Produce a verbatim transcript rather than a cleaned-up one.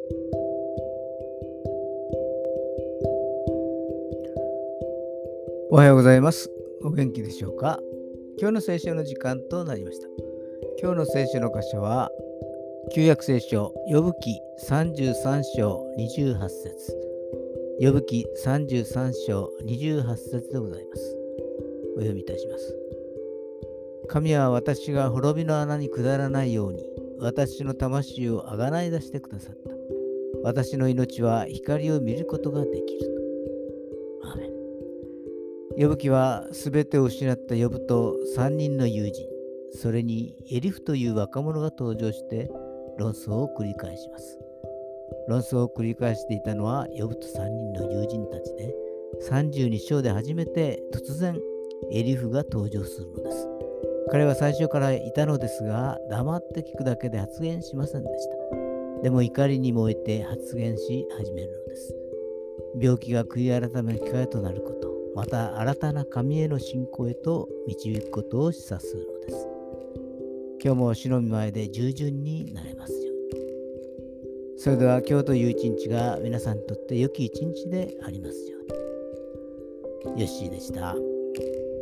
おはようございます。お元気でしょうか。今日の聖書の時間となりました。今日の聖書の箇所は、旧約聖書、ヨブ記さんじゅうさん章にじゅうはち節。ヨブ記さんじゅうさん章にじゅうはち節でございます。お読みいたします。神は私が滅びの穴に下らないように、私の魂をあがない出してくださった。私の命は光を見ることができると。アーメン。ヨブ記はすべてを失ったヨブとさんにんの友人、それにエリフという若者が登場して論争を繰り返します。論争を繰り返していたのはヨブとさんにんの友人たちで、さんじゅうに章で初めて突然エリフが登場するのです。彼は最初からいたのですが、黙って聞くだけで発言しませんでした。でも怒りに燃えて発言し始めるのです。病気が悔い改めの機会となること、また新たな神への信仰へと導くことを示唆するのです。今日も主の御前で従順になれますように。それでは今日という一日が皆さんにとって良き一日でありますように。ヨッシーでした。